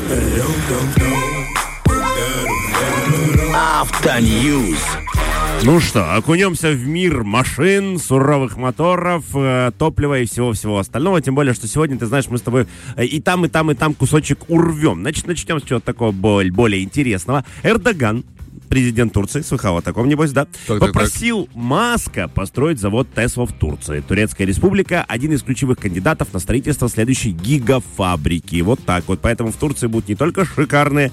Автоньюз. Ну что, окунемся в мир машин, суровых моторов, топлива и всего-всего остального. Тем более, что сегодня, ты знаешь, мы с тобой и там кусочек урвем. Значит, начнем с чего-то такого более интересного. Эрдоган, президент Турции, слыхал о таком, небось, да? Попросил Маска построить завод Тесла в Турции. Турецкая республика — один из ключевых кандидатов на строительство следующей гигафабрики. Вот так вот. Поэтому в Турции будут не только шикарные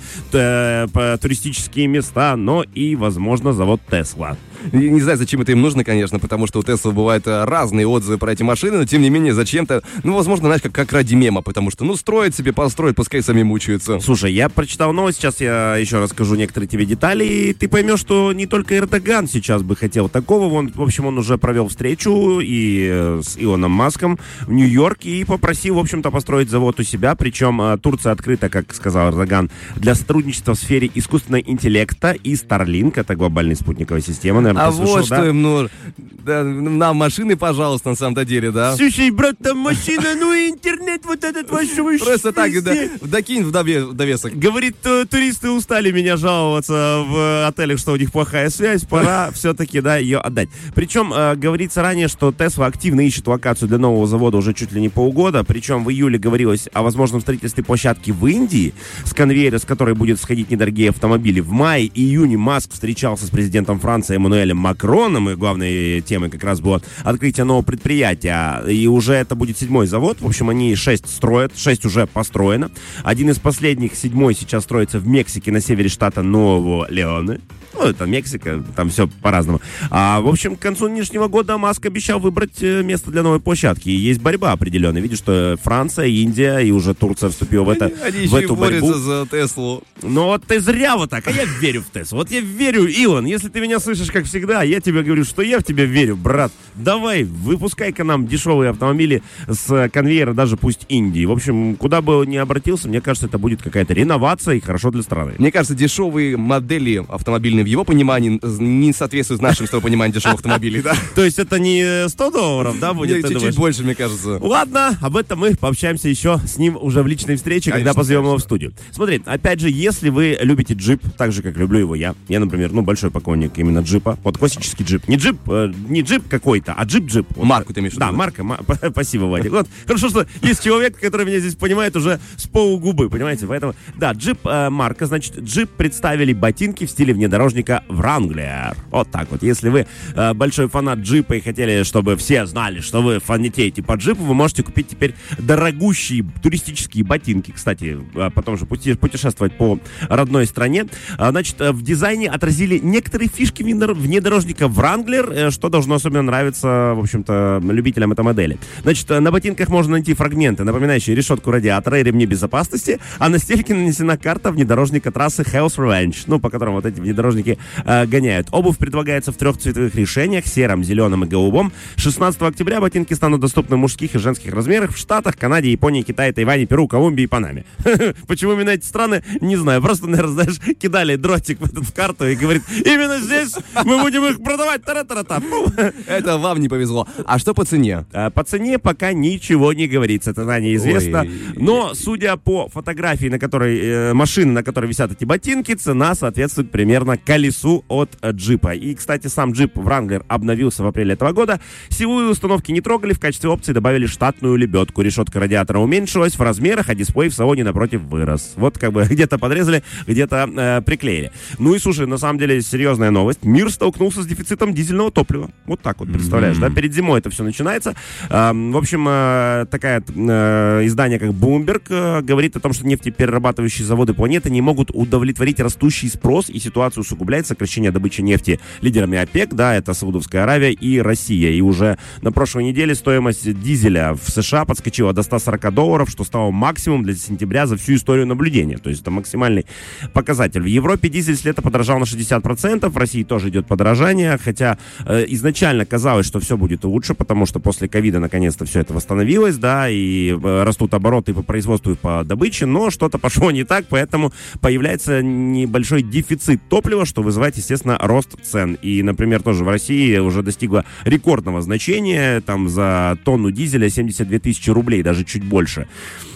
туристические места, но и, возможно, завод Тесла. Не знаю, зачем это им нужно, конечно, потому что у Тесла бывают разные отзывы про эти машины, но тем не менее зачем-то, возможно, знаешь, как ради мема, потому что, строят себе, построят, пускай сами мучаются. Слушай, я прочитал новость, сейчас я еще расскажу некоторые тебе детали, и ты поймешь, что не только Эрдоган сейчас бы хотел такого. В общем, он уже провел встречу и с Илоном Маском в Нью-Йорке и попросил, в общем-то, построить завод у себя. Причем Турция открыта, как сказал Эрдоган, для сотрудничества в сфере искусственного интеллекта и Starlink, это глобальная спутниковая система, наверное, А слышал, вот что им нужно. Да, нам машины, пожалуйста, на самом-то деле, да? Слушай, брат, там машина, и интернет вот этот ваш. Просто так, докинь в довесок. Говорит, туристы устали меня жаловаться в отелях, что у них плохая связь, пора все-таки, ее отдать. Причем, говорится ранее, что Tesla активно ищет локацию для нового завода уже чуть ли не полгода, причем в июле говорилось о возможном строительстве площадки в Индии, с конвейера, с которой будет сходить недорогие автомобили. В мае и июне Маск встречался с президентом Франции Эммануэлем Макроном, и главной темой как раз было открытие нового предприятия, и уже это будет 7-й завод. В общем, они 6 строят, 6 уже построено. Один из последних, 7-й, сейчас строится в Мексике, на севере штата Нового Леоне. Это Мексика, там все по-разному. В общем, к концу нынешнего года Маск обещал выбрать место для новой площадки. И есть борьба определенная. Видишь, что Франция, Индия и уже Турция вступила в эту борьбу. За Теслу. Но вот ты зря вот так, а я верю в Теслу. Вот я верю, Илон, если ты меня слышишь, как всегда, я тебе говорю, что я в тебя верю, брат. Давай, выпускай-ка нам дешевые автомобили с конвейера, даже пусть Индии. В общем, куда бы он ни обратился, мне кажется, это будет какая-то реновация и хорошо для страны. Мне кажется, дешевые модели автомобильные в его понимании не соответствуют нашим, с твоего понимания, дешевых автомобилей, да? То есть это не $100, да, будет? Чуть-чуть больше, мне кажется. Ладно, об этом мы пообщаемся еще с ним уже в личной встрече, когда позовем его в студию. Смотри, опять же, если вы любите джип, так же, как люблю его я, например, большой поклонник именно джипа, вот классический джип, не джип какой-то, а джип. Вот, марку ты имеешь в виду? Да, марка, спасибо, Вадик. Вот, хорошо, что есть человек, который меня здесь понимает уже с полугубы, понимаете, поэтому, да, джип марка, значит, джип представили ботинки в стиле внедорожника Wrangler. Вот так вот. Если вы большой фанат джипа и хотели, чтобы все знали, что вы фанатеете по джипу, вы можете купить теперь дорогущие туристические ботинки. Кстати, потом же путешествовать по родной стране. Значит, в дизайне отразили некоторые фишки внедорожника Wrangler, что должно особенно нравиться, в общем-то, любителям этой модели. Значит, на ботинках можно найти фрагменты, напоминающие решетку радиатора и ремни безопасности, а на стельке нанесена карта внедорожника трассы Hell's Revenge, по которым вот эти внедорожники гоняют. Обувь предлагается в 3 цветовых решениях: сером, зеленом и голубом. 16 октября ботинки станут доступны в мужских и женских размерах в Штатах, Канаде, Японии, Китае, Тайване, Перу, Колумбии и Панаме. Почему именно эти страны, не знаю. Просто, наверное, знаешь, кидали дротик в карту и говорит, именно здесь мы будем их продавать. Тара-тара-та. Это вам не повезло. А что по цене? По цене пока ничего не говорится, цена неизвестна. Но, судя по фотографии, машины, на которой висят эти ботинки, цена соответствует примерно колесу от джипа. И, кстати, сам джип Wrangler обновился в апреле этого года. Силовые установки не трогали, в качестве опции добавили штатную лебедку. Решетка радиатора уменьшилась в размерах, а дисплей в салоне напротив вырос. Вот как бы где-то подрезали, где-то приклеили. Ну и слушай, на самом деле серьезная новость. Мир столкнулся с дефицитом дизельного топлива. Вот так вот, представляешь, да? Перед зимой это все начинается. В общем, такое издание, как Bloomberg, говорит о том, что нефтеперерабатывающие заводы планеты не могут удовлетворить растущий спрос, и ситуацию усугубляет сокращение добычи нефти лидерами ОПЕК, да, это Саудовская Аравия и Россия. И уже на прошлой неделе стоимость дизеля в США подскочила до $140, что стало максимум для сентября за всю историю наблюдения. То есть это максимальный показатель. В Европе дизель с лета подорожал на 60%, в России тоже идет подорожание, хотя изначально казалось, что все будет лучше, потому что после ковида наконец-то все это восстановилось, да, и растут обороты по производству и по добыче, но что-то пошло не так, поэтому появляется небольшой дефицит топлива, что вызывает, естественно, рост цен. И, например, тоже в России уже достигла рекордного значения, там за тонну дизеля 72 тысячи рублей, даже чуть больше.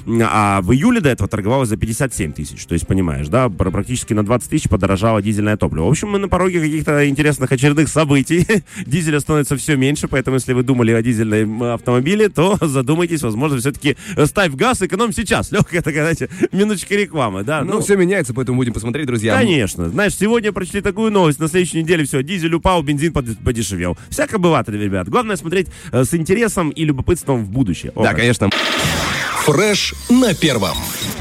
а в июле до этого торговалась за 57 тысяч. То есть, понимаешь, да, практически на 20 тысяч подорожало дизельное топливо. В общем, мы на пороге каких-то интересных очередных событий. Дизеля становится все меньше, поэтому если вы думали о дизельном автомобиле, то задумайтесь, возможно, все-таки ставь газ, эконом сейчас. Легкая такая, знаете, минуточка рекламы, да. Ну, все меняется, поэтому будем посмотреть, друзья. Конечно. Знаешь, сегодня прочли такую новость, на следующей неделе все, дизель упал, бензин подешевел. Всяко бывает, ребят. Главное смотреть с интересом и любопытством в будущее. Да, конечно. Фреш на первом.